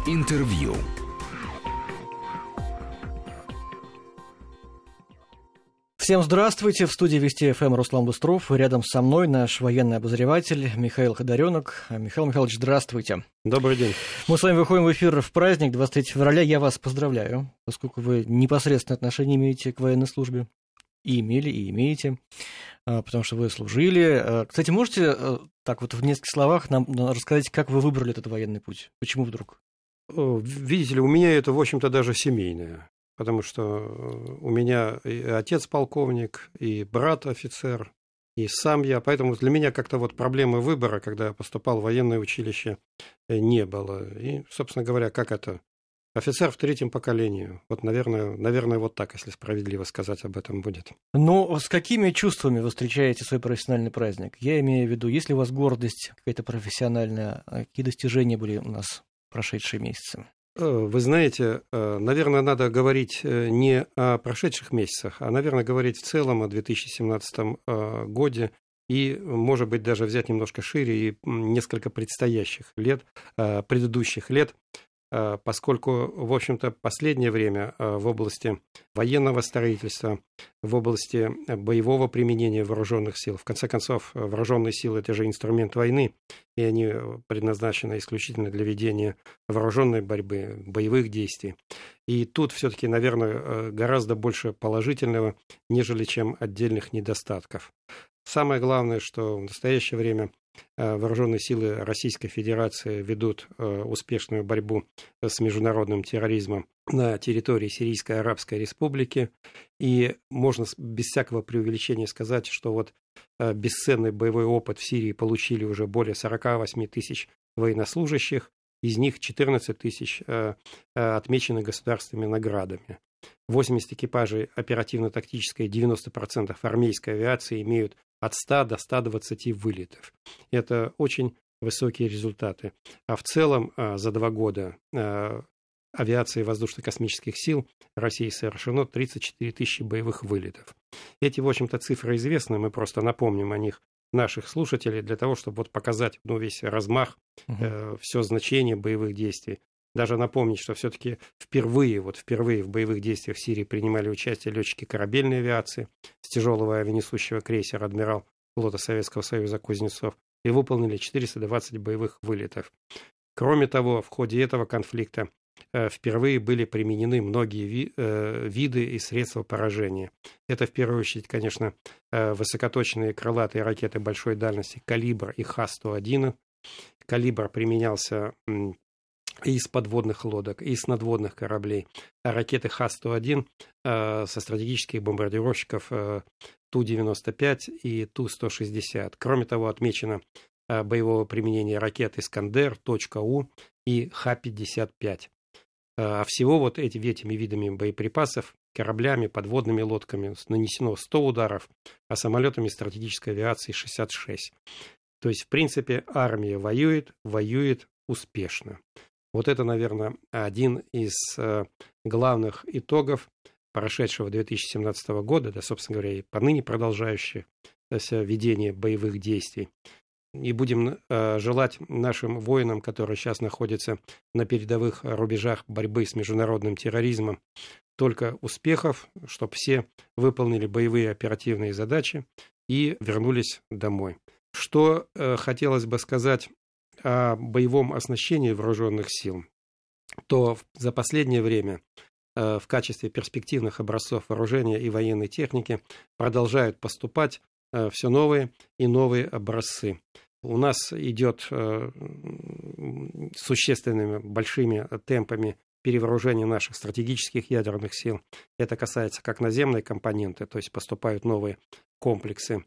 Интервью. Всем здравствуйте. В студии Вести ФМ Руслан Быстров. Рядом со мной наш военный обозреватель Михаил Ходоренок. Михаил Михайлович, здравствуйте. Добрый день. Мы с вами выходим в эфир в праздник 23 февраля. Я вас поздравляю, поскольку вы непосредственное отношение имеете к военной службе. И имели, и имеете, потому что вы служили. Кстати, можете так вот в нескольких словах нам рассказать, как вы выбрали этот военный путь? Почему вдруг? Видите ли, у меня это, в общем-то, даже семейное. Потому что у меня и отец полковник, и брат офицер, и сам я. Поэтому для меня как-то вот проблемы выбора, когда я поступал в военное училище, не было. И, собственно говоря, как это? Офицер в третьем поколении. Вот, наверное, вот так, если справедливо сказать об этом будет. Но с какими чувствами вы встречаете свой профессиональный праздник? Я имею в виду, есть ли у вас гордость какая-то профессиональная, какие достижения были у нас в прошедшие месяцы? Вы знаете, наверное, надо говорить не о прошедших месяцах, а, наверное, говорить в целом о 2017 годе и, может быть, даже взять немножко шире и несколько предстоящих лет, предыдущих лет, поскольку, в общем-то, последнее время в области военного строительства, в области боевого применения вооруженных сил, в конце концов, вооруженные силы – это же инструмент войны, и они предназначены исключительно для ведения вооруженной борьбы, боевых действий. И тут все-таки, наверное, гораздо больше положительного, нежели чем отдельных недостатков. Самое главное, что в настоящее время вооруженные силы Российской Федерации ведут успешную борьбу с международным терроризмом на территории Сирийской Арабской Республики. И можно без всякого преувеличения сказать, что вот бесценный боевой опыт в Сирии получили уже более 48 тысяч военнослужащих, из них 14 тысяч отмечены государственными наградами. 80 экипажей оперативно-тактической, 90% армейской авиации имеют от 100 до 120 вылетов. Это очень высокие результаты. А в целом за 2 года авиации воздушно-космических сил России совершено 34 тысячи боевых вылетов. Эти, в общем-то, цифры известны, мы просто напомним о них наших слушателей для того, чтобы вот показать весь размах, все значение боевых действий. Даже напомнить, что все-таки впервые в боевых действиях в Сирии принимали участие летчики корабельной авиации с тяжелого авианесущего крейсера «Адмирал» флота Советского Союза «Кузнецов» и выполнили 420 боевых вылетов. Кроме того, в ходе этого конфликта впервые были применены многие виды и средства поражения. Это в первую очередь, конечно, высокоточные крылатые ракеты большой дальности «Калибр» и Х-101. «Калибр» применялся и с подводных лодок, и с надводных кораблей. А ракеты Х-101 со стратегических бомбардировщиков Ту-95 и Ту-160. Кроме того, отмечено боевого применения ракет «Искандер», «У» и Х-55. А всего вот этими видами боеприпасов, кораблями, подводными лодками нанесено 100 ударов, а самолетами стратегической авиации 66. То есть, в принципе, армия воюет успешно. Вот это, наверное, один из главных итогов прошедшего 2017 года, да, собственно говоря, и поныне продолжающегося ведения боевых действий. И будем желать нашим воинам, которые сейчас находятся на передовых рубежах борьбы с международным терроризмом, только успехов, чтобы все выполнили боевые оперативные задачи и вернулись домой. Что хотелось бы сказать о боевом оснащении вооруженных сил, то за последнее время в качестве перспективных образцов вооружения и военной техники продолжают поступать все новые и новые образцы. У нас идет существенными большими темпами перевооружение наших стратегических ядерных сил. Это касается как наземной компоненты, то есть поступают новые комплексы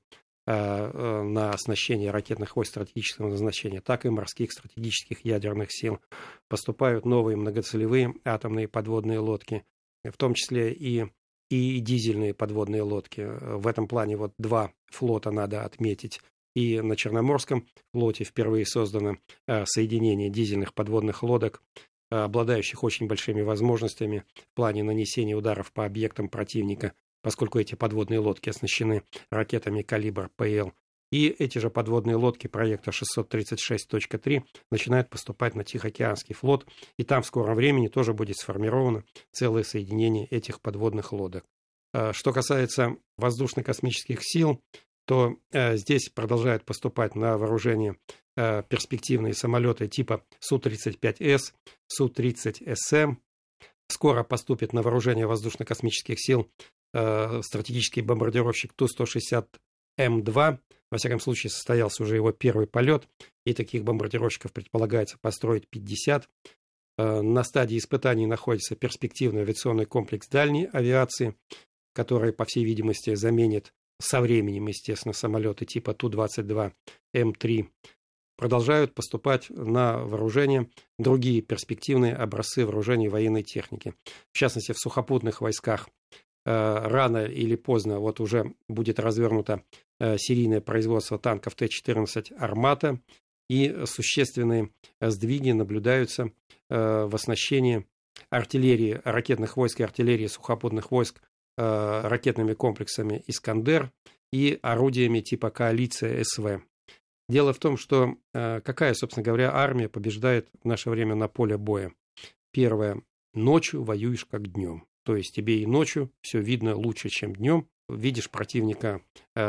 на оснащение ракетных войск стратегического назначения, так и морских стратегических ядерных сил. Поступают новые многоцелевые атомные подводные лодки, в том числе и дизельные подводные лодки. В этом плане вот 2 флота надо отметить. И на Черноморском флоте впервые создано соединение дизельных подводных лодок, обладающих очень большими возможностями в плане нанесения ударов по объектам противника, поскольку эти подводные лодки оснащены ракетами «Калибр», «ПЛ» И эти же подводные лодки проекта 636.3 начинают поступать на Тихоокеанский флот, и там в скором времени тоже будет сформировано целое соединение этих подводных лодок. Что касается воздушно-космических сил, то здесь продолжают поступать на вооружение перспективные самолеты типа Су-35С, Су-30СМ. Скоро поступит на вооружение воздушно-космических сил стратегический бомбардировщик Ту-160М2. Во всяком случае, состоялся уже его первый полет, и таких бомбардировщиков предполагается построить 50. На стадии испытаний находится перспективный авиационный комплекс дальней авиации, который, по всей видимости, заменит со временем, естественно, самолеты типа Ту-22М3. Продолжают поступать на вооружение другие перспективные образцы вооружений военной техники. В частности, в сухопутных войсках рано или поздно вот уже будет развернуто серийное производство танков Т-14 «Армата», и существенные сдвиги наблюдаются в оснащении артиллерии, ракетных войск и артиллерии сухопутных войск ракетными комплексами «Искандер» и орудиями типа «Коалиция СВ». Дело в том, что какая, собственно говоря, армия побеждает в наше время на поле боя? Первое. Ночью воюешь как днем. То есть тебе и ночью все видно лучше, чем днем. Видишь противника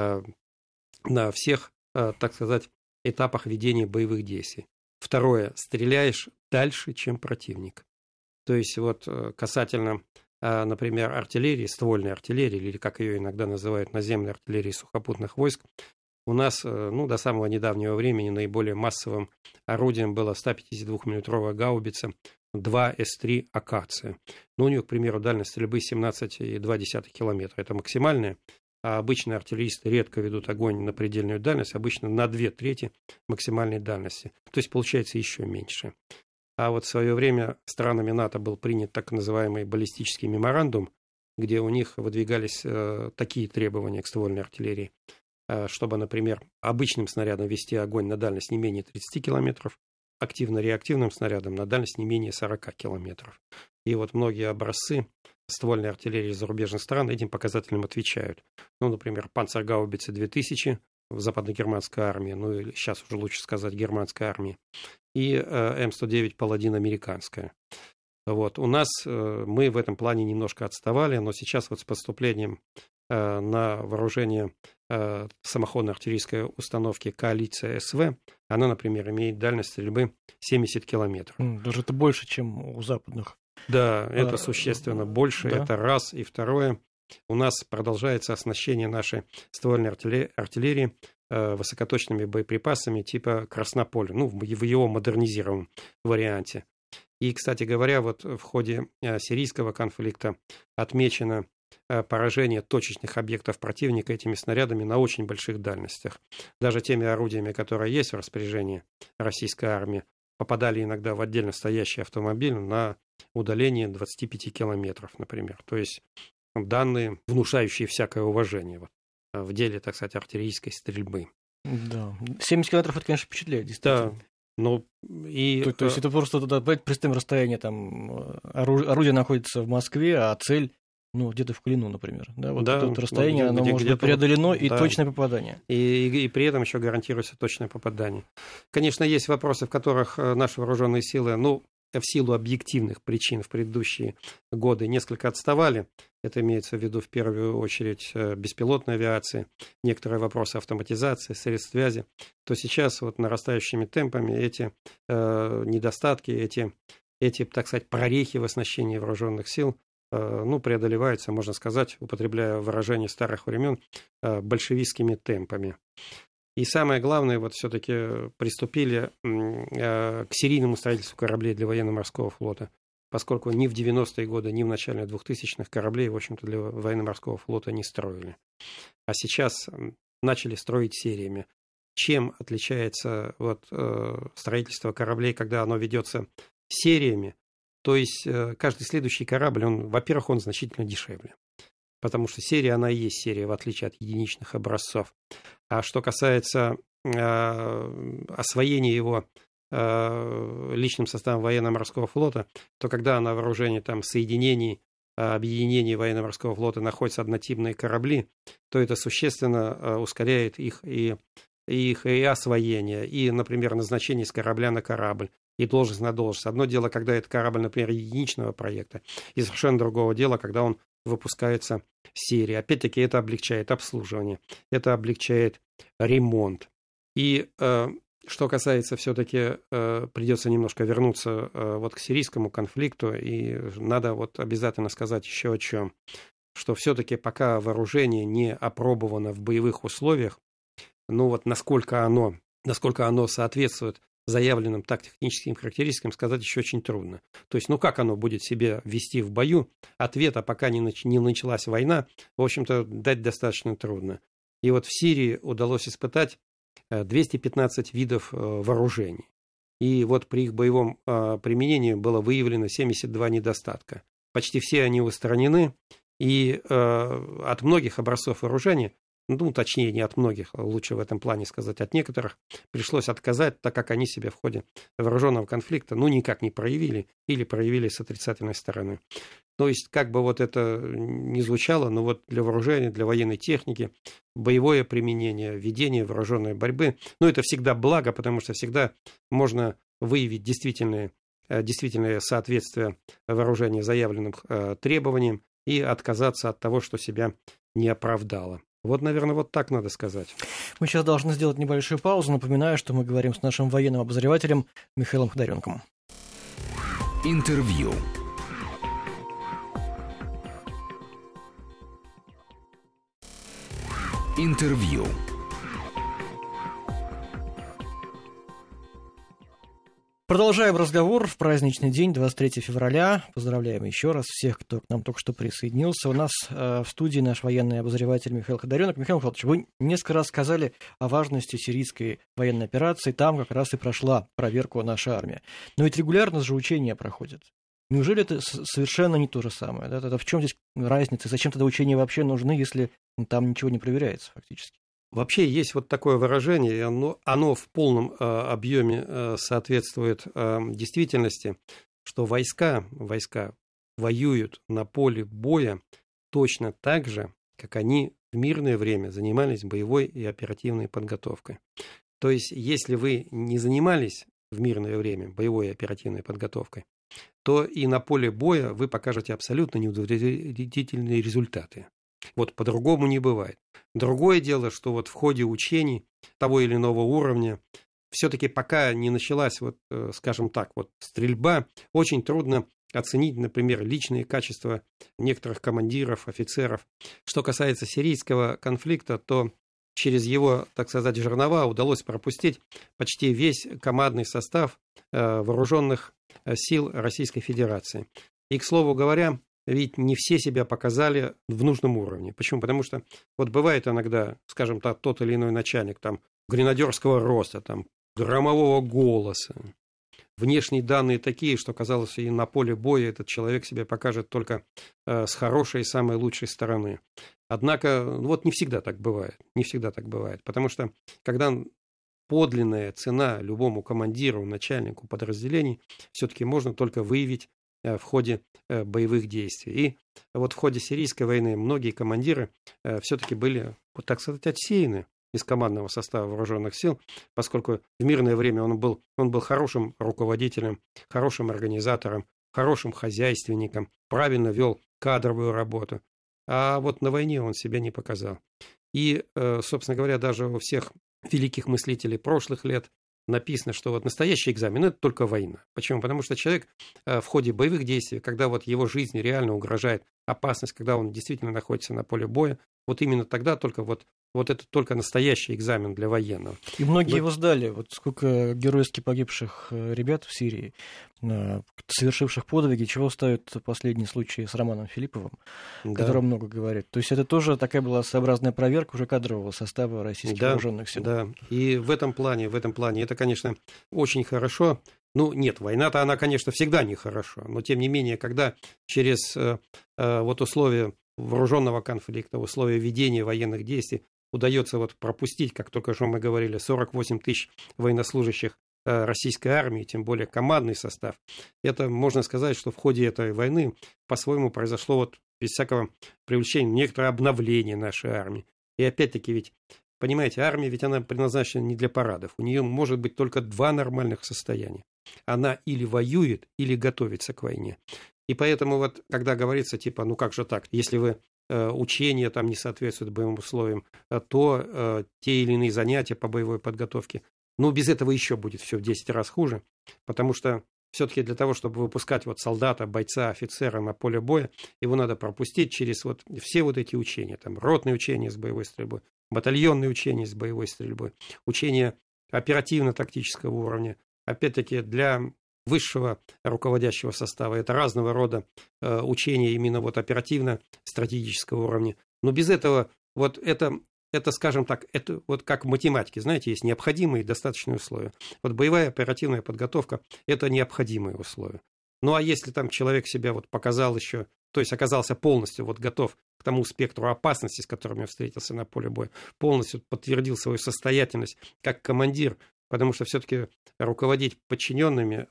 на всех, так сказать, этапах ведения боевых действий. Второе. Стреляешь дальше, чем противник. То есть вот касательно, например, артиллерии, ствольной артиллерии, или как ее иногда называют, наземной артиллерии сухопутных войск, у нас, до самого недавнего времени наиболее массовым орудием была 152-мм гаубица 2 С-3 «Акация». Но у нее, к примеру, дальность стрельбы 17,2 километра. Это максимальная, а обычные артиллеристы редко ведут огонь на предельную дальность, обычно на 2/3 максимальной дальности. То есть получается еще меньше. А вот в свое время странами НАТО был принят так называемый баллистический меморандум, где у них выдвигались такие требования к ствольной артиллерии, чтобы, например, обычным снарядом вести огонь на дальность не менее 30 километров, активно-реактивным снарядом на дальность не менее 40 километров. И вот многие образцы ствольной артиллерии зарубежных стран этим показателям отвечают. Например, панцергаубицы 2000 в западногерманской армии, или сейчас уже лучше сказать германской армии, и М109 «Паладин» американская. Вот. У нас мы в этом плане немножко отставали, но сейчас вот с поступлением на вооружение самоходной артиллерийской установки «Коалиция СВ», она, например, имеет дальность стрельбы 70 километров. Даже это больше, чем у западных. Да, это существенно больше, да. Это раз. И второе, у нас продолжается оснащение нашей ствольной артиллерии высокоточными боеприпасами типа «Краснополя», в его модернизированном варианте. И, кстати говоря, вот в ходе сирийского конфликта отмечено поражение точечных объектов противника этими снарядами на очень больших дальностях. Даже теми орудиями, которые есть в распоряжении российской армии, попадали иногда в отдельно стоящий автомобиль на удаление 25 километров, например. То есть данные, внушающие всякое уважение в деле, так сказать, артиллерийской стрельбы. Да, 70 километров, это, конечно, впечатляет, действительно. Да. То есть это просто, представим, расстояние, там, орудие находится в Москве, а цель где-то в Клину, например. Да, вот это расстояние, оно может быть преодолено, и точное попадание. И при этом еще гарантируется точное попадание. Конечно, есть вопросы, в которых наши вооруженные силы, в силу объективных причин в предыдущие годы несколько отставали. Это имеется в виду в первую очередь беспилотной авиации, некоторые вопросы автоматизации, средств связи. То сейчас вот нарастающими темпами эти недостатки, эти, так сказать, прорехи в оснащении вооруженных сил преодолеваются, можно сказать, употребляя выражение старых времен, большевистскими темпами. И самое главное, вот все-таки приступили к серийному строительству кораблей для военно-морского флота, поскольку ни в 90-е годы, ни в начале 2000-х кораблей, в общем-то, для военно-морского флота не строили. А сейчас начали строить сериями. Чем отличается строительство кораблей, когда оно ведется сериями? То есть каждый следующий корабль, во-первых, он значительно дешевле, потому что серия, она и есть серия, в отличие от единичных образцов. А что касается освоения его личным составом военно-морского флота, то когда на вооружении соединений, объединений военно-морского флота находятся однотипные корабли, то это существенно ускоряет их и их и освоение, и, например, назначение с корабля на корабль, и должность на должность. Одно дело, когда это корабль, например, единичного проекта, и совершенно другого дела, когда он выпускается в серии. Опять-таки, это облегчает обслуживание, это облегчает ремонт. И что касается все-таки, придется немножко вернуться вот к сирийскому конфликту, и надо вот обязательно сказать еще о чем, что все-таки пока вооружение не опробовано в боевых условиях, ну вот насколько оно соответствует заявленным тактико-техническим характеристикам, сказать еще очень трудно. То есть, ну как оно будет себя вести в бою, ответа, пока не началась война, в общем-то, дать достаточно трудно. И вот в Сирии удалось испытать 215 видов вооружений. И вот при их боевом применении было выявлено 72 недостатка. Почти все они устранены, и от многих образцов вооружения, ну, точнее, не от многих, лучше в этом плане сказать, от некоторых, пришлось отказать, так как они себя в ходе вооруженного конфликта, ну, никак не проявили или проявили с отрицательной стороны. То есть, как бы вот это ни звучало, но вот для вооружения, для военной техники, боевое применение, ведение вооруженной борьбы, ну, это всегда благо, потому что всегда можно выявить действительное соответствие вооружения заявленным требованиям и отказаться от того, что себя не оправдало. Вот, наверное, вот так надо сказать. Мы сейчас должны сделать небольшую паузу. Напоминаю, что мы говорим с нашим военным обозревателем Михаилом Ходоренком. Интервью. Интервью. Продолжаем разговор в праздничный день, 23 февраля. Поздравляем еще раз всех, кто к нам только что присоединился. У нас в студии наш военный обозреватель Михаил Ходоренок. Михаил Михайлович, вы несколько раз сказали о важности сирийской военной операции. Там как раз и прошла проверку наша армия. Но ведь регулярно же учения проходят. Неужели это совершенно не то же самое? Да? В чем здесь разница? Зачем тогда учения вообще нужны, если там ничего не проверяется фактически? Вообще есть вот такое выражение, и оно в полном объеме соответствует действительности, что войска воюют на поле боя точно так же, как они в мирное время занимались боевой и оперативной подготовкой. То есть, если вы не занимались в мирное время боевой и оперативной подготовкой, то и на поле боя вы покажете абсолютно неудовлетворительные результаты. Вот по-другому не бывает. Другое дело, что вот в ходе учений того или иного уровня, все-таки пока не началась, вот, скажем так, вот стрельба, очень трудно оценить, например, личные качества некоторых командиров, офицеров. Что касается сирийского конфликта, то через его, так сказать, жернова удалось пропустить почти весь командный состав вооруженных сил Российской Федерации. И, к слову говоря, ведь не все себя показали в нужном уровне. Почему? Потому что вот бывает иногда, скажем так, тот или иной начальник там гренадерского роста, там громового голоса, внешние данные такие, что, казалось, и на поле боя этот человек себя покажет только с хорошей и самой лучшей стороны. Однако, вот не всегда так бывает. Не всегда так бывает. Потому что, когда подлинная цена любому командиру, начальнику подразделений, все-таки можно только выявить в ходе боевых действий. И вот в ходе сирийской войны многие командиры все-таки были, вот так сказать, отсеяны из командного состава вооруженных сил, поскольку в мирное время он был хорошим руководителем, хорошим организатором, хорошим хозяйственником, правильно вел кадровую работу. А вот на войне он себя не показал. И, собственно говоря, даже у всех великих мыслителей прошлых лет написано, что вот настоящий экзамен – это только война. Почему? Потому что человек в ходе боевых действий, когда вот его жизни реально угрожает опасность, когда он действительно находится на поле боя, вот именно тогда только вот это только настоящий экзамен для военного. И многие его сдали. Вот сколько геройски погибших ребят в Сирии, совершивших подвиги, чего стоят последние случаи с Романом Филипповым, о котором много говорит. То есть это тоже такая была своеобразная проверка уже кадрового состава российских вооруженных сил. Да, и в этом плане это, конечно, очень хорошо. Ну, нет, война-то она, конечно, всегда нехорошо, но тем не менее, когда через вот условия вооруженного конфликта, условия ведения военных действий удается вот пропустить, как только что мы говорили, 48 тысяч военнослужащих российской армии, тем более командный состав, это можно сказать, что в ходе этой войны по-своему произошло вот без всякого привлечения некоторое обновление нашей армии. И опять-таки ведь Понимаете, армия ведь она предназначена не для парадов. У нее может быть только два нормальных состояния. Она или воюет, или готовится к войне. И поэтому вот, когда говорится, типа, ну как же так, если вы учения там не соответствуют боевым условиям, то те или иные занятия по боевой подготовке, ну без этого еще будет все в 10 раз хуже, потому что все-таки для того, чтобы выпускать вот солдата, бойца, офицера на поле боя, его надо пропустить через вот все вот эти учения, там ротные учения с боевой стрельбой, батальонные учения с боевой стрельбой, учения оперативно-тактического уровня, опять-таки для высшего руководящего состава. Это разного рода учения именно вот оперативно-стратегического уровня. Но без этого вот это, скажем так, это вот как в математике, знаете, есть необходимые и достаточные условия. Вот боевая оперативная подготовка – это необходимые условия. Ну а если там человек себя вот показал еще, то есть оказался полностью вот готов к тому спектру опасности, с которым я встретился на поле боя, полностью подтвердил свою состоятельность как командир, потому что все-таки руководить подчиненными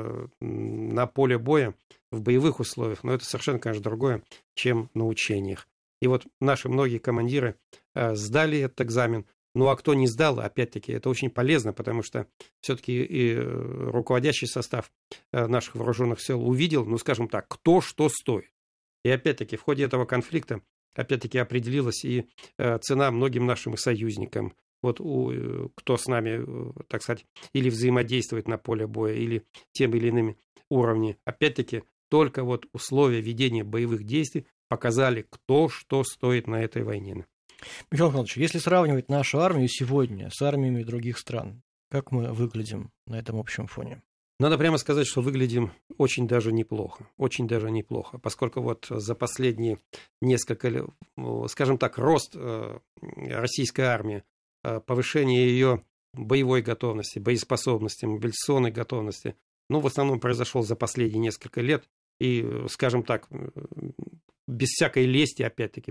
на поле боя в боевых условиях, это совершенно, конечно, другое, чем на учениях. И вот наши многие командиры сдали этот экзамен. Ну, а кто не сдал, опять-таки, это очень полезно, потому что все-таки и руководящий состав наших вооруженных сил увидел, ну, скажем так, кто что стоит. И опять-таки в ходе этого конфликта, опять-таки, определилась и цена многим нашим союзникам. Вот кто с нами, так сказать, или взаимодействует на поле боя, или тем или иными уровнями. Опять-таки, только вот условия ведения боевых действий показали, кто что стоит на этой войне. Михаил Михайлович, если сравнивать нашу армию сегодня с армиями других стран, как мы выглядим на этом общем фоне? Надо прямо сказать, что выглядим очень даже неплохо, поскольку вот за последние несколько лет, скажем так, рост российской армии, повышение ее боевой готовности, боеспособности, мобилизационной готовности, в основном произошел за последние несколько лет, и, скажем так, без всякой лести, опять-таки,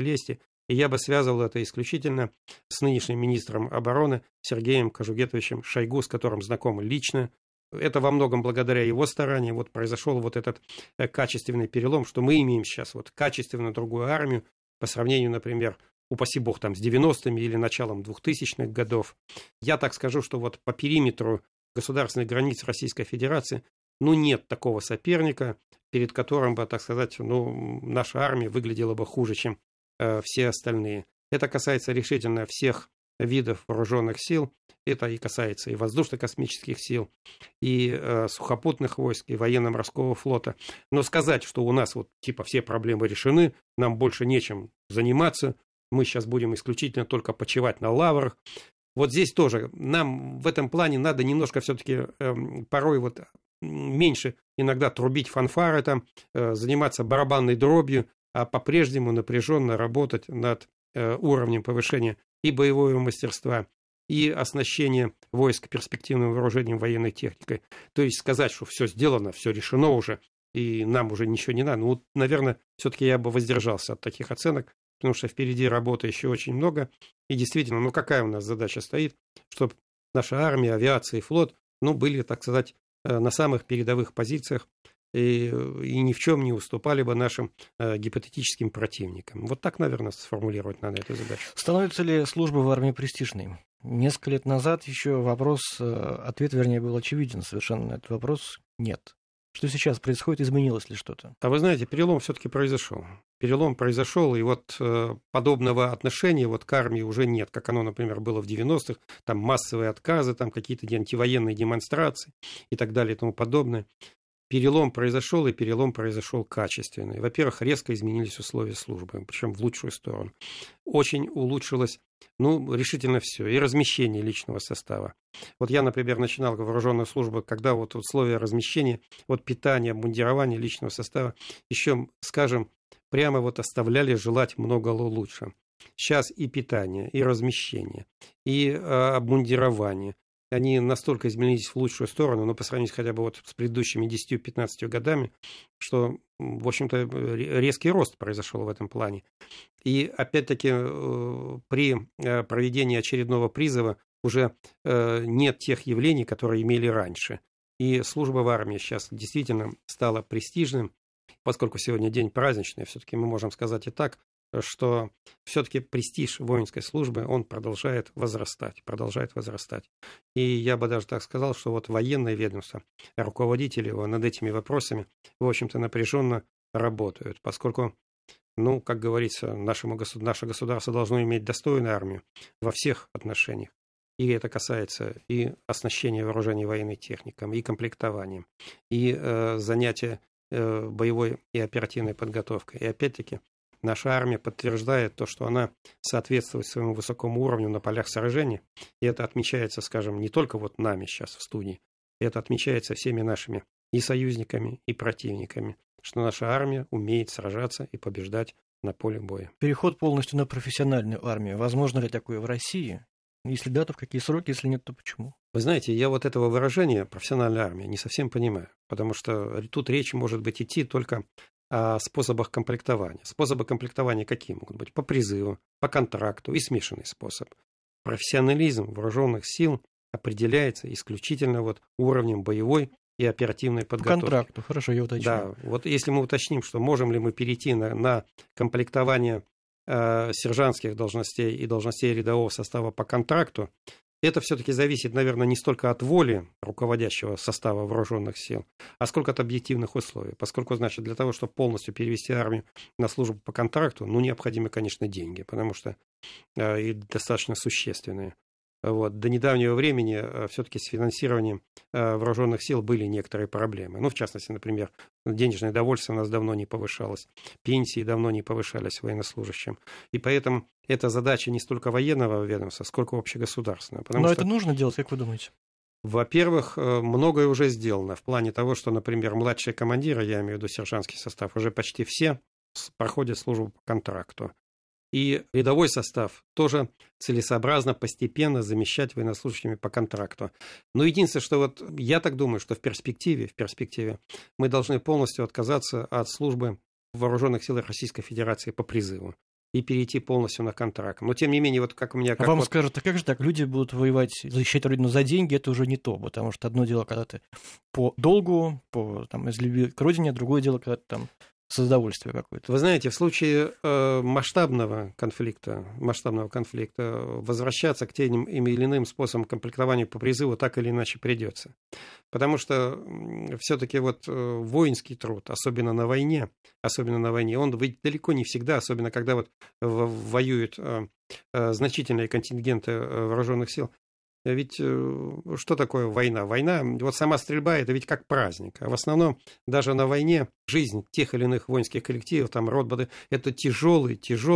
и я бы связывал это исключительно с нынешним министром обороны Сергеем Кожугетовичем Шойгу, с которым знаком лично. Это во многом благодаря его стараниям вот произошел вот этот качественный перелом, что мы имеем сейчас вот качественно другую армию по сравнению, например, упаси бог, там, с 90-ми или началом 2000-х годов. Я так скажу, что вот по периметру государственных границ Российской Федерации, нет такого соперника, перед которым бы, так сказать, наша армия выглядела бы хуже, чем все остальные. Это касается решительно всех видов вооруженных сил. Это и касается и воздушно-космических сил, и сухопутных войск, и военно-морского флота. Но сказать, что у нас вот типа все проблемы решены, нам больше нечем заниматься, мы сейчас будем исключительно только почивать на лаврах. Вот здесь тоже нам в этом плане надо немножко все-таки порой вот меньше иногда трубить фанфары, там, заниматься барабанной дробью, а по-прежнему напряженно работать над уровнем повышения и боевого мастерства, и оснащения войск перспективным вооружением, военной техникой. То есть сказать, что все сделано, все решено уже, и нам уже ничего не надо. Наверное, все-таки я бы воздержался от таких оценок, потому что впереди работы еще очень много. И действительно, какая у нас задача стоит, чтобы наша армия, авиация и флот, были, так сказать, на самых передовых позициях и ни в чем не уступали бы нашим гипотетическим противникам. Вот так, наверное, сформулировать надо эту задачу. Становится ли служба в армии престижной? Несколько лет назад еще ответ, был очевиден совершенно на этот вопрос – нет. Что сейчас происходит, изменилось ли что-то? А вы знаете, перелом все-таки произошел. И вот подобного отношения вот к армии уже нет, как оно, например, было в 90-х, там массовые отказы, там какие-то антивоенные демонстрации и так далее и тому подобное. Перелом произошел, и перелом произошел качественный. Во-первых, резко изменились условия службы, причем в лучшую сторону. Очень улучшилось, решительно все, и размещение личного состава. Вот я, например, начинал вооруженную службу, когда вот условия размещения, вот питания, обмундирования личного состава еще, скажем, прямо вот оставляли желать много лучше. Сейчас и питание, и размещение, и обмундирование. Они настолько изменились в лучшую сторону, по сравнению хотя бы вот с предыдущими 10-15 годами, что, в общем-то, резкий рост произошел в этом плане. И, опять-таки, при проведении очередного призыва уже нет тех явлений, которые имели раньше. И служба в армии сейчас действительно стала престижным, поскольку сегодня день праздничный, все-таки мы можем сказать и так, что все-таки престиж воинской службы, он продолжает возрастать. И я бы даже так сказал, что вот военное ведомство, руководители его над этими вопросами, в общем-то, напряженно работают, поскольку, ну, как говорится, наше государство должно иметь достойную армию во всех отношениях. И это касается и оснащения вооружений военной техникой, и комплектованием, и занятия боевой и оперативной подготовкой. И опять-таки наша армия подтверждает то, что она соответствует своему высокому уровню на полях сражений. И это отмечается, скажем, не только вот нами сейчас в студии, это отмечается всеми нашими и союзниками, и противниками, что наша армия умеет сражаться и побеждать на поле боя. Переход полностью на профессиональную армию. Возможно ли такое в России? Если да, то в какие сроки? Если нет, то почему? Вы знаете, я вот этого выражения «профессиональная армия» не совсем понимаю, потому что тут речь может быть идти только о способах комплектования. Способы комплектования какие могут быть? По призыву, по контракту и смешанный способ. Профессионализм вооруженных сил определяется исключительно вот уровнем боевой и оперативной подготовки. По контракту, хорошо, я уточню. Да, вот если мы уточним, что можем ли мы перейти на комплектование сержантских должностей и должностей рядового состава по контракту, это все-таки зависит, наверное, не столько от воли руководящего состава вооруженных сил, а сколько от объективных условий. Поскольку, значит, для того, чтобы полностью перевести армию на службу по контракту, ну, необходимы, конечно, деньги, потому что и достаточно существенные. Вот. До недавнего времени все-таки с финансированием вооруженных сил были некоторые проблемы. Ну, в частности, например, денежное довольствие у нас давно не повышалось, пенсии давно не повышались военнослужащим. И поэтому это задача не столько военного ведомства, сколько общегосударственного. Но это нужно делать, как вы думаете? Во-первых, многое уже сделано в плане того, что, например, младшие командиры, я имею в виду сержантский состав, уже почти все проходят службу по контракту. И рядовой состав тоже целесообразно постепенно замещать военнослужащими по контракту. Но единственное, что вот я так думаю, что в перспективе мы должны полностью отказаться от службы в вооруженных силах Российской Федерации по призыву и перейти полностью на контракт. Но тем не менее, вот как у меня... Вам скажут, а как же так, люди будут воевать, защищать родину за деньги, это уже не то, потому что одно дело, когда ты по долгу, из любви к родине, другое дело, когда ты там с удовольствием какое-то. Вы знаете, в случае масштабного конфликта возвращаться к тем или иным способам комплектования по призыву так или иначе придется. Потому что все-таки вот воинский труд, особенно на войне, он далеко не всегда, особенно когда вот воюют значительные контингенты вооруженных сил. Ведь что такое война? Война, вот сама стрельба, это ведь как праздник. А в основном даже на войне жизнь тех или иных воинских коллективов, там ротбаты, это тяжелый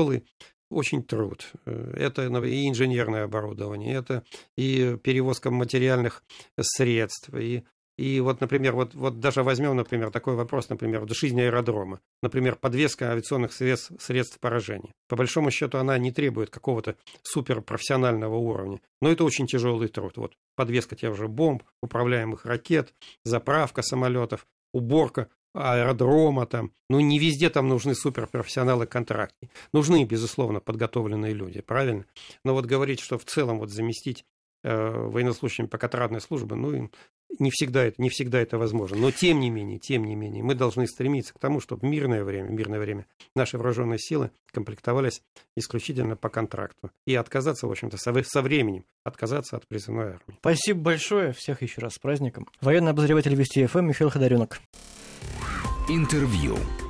очень труд. Это и инженерное оборудование, это и перевозка материальных средств, и вот, например, вот даже возьмем, например, такой вопрос, например, жизнь аэродрома. Например, подвеска авиационных средств поражения. По большому счету она не требует какого-то суперпрофессионального уровня. Но это очень тяжелый труд. Вот подвеска тех же бомб, управляемых ракет, заправка самолетов, уборка аэродрома там. Ну, не везде там нужны суперпрофессионалы-контрактники. Нужны, безусловно, подготовленные люди, правильно? Но вот говорить, что в целом вот заместить военнослужащими по контрактной службе, ну, не всегда это возможно. Но тем не менее, мы должны стремиться к тому, чтобы в мирное время наши вооруженные силы комплектовались исключительно по контракту. И отказаться, в общем-то, со временем отказаться от призывной армии. Спасибо большое. Всех еще раз с праздником. Военный обозреватель Вести ФМ Михаил Ходоренок. Интервью.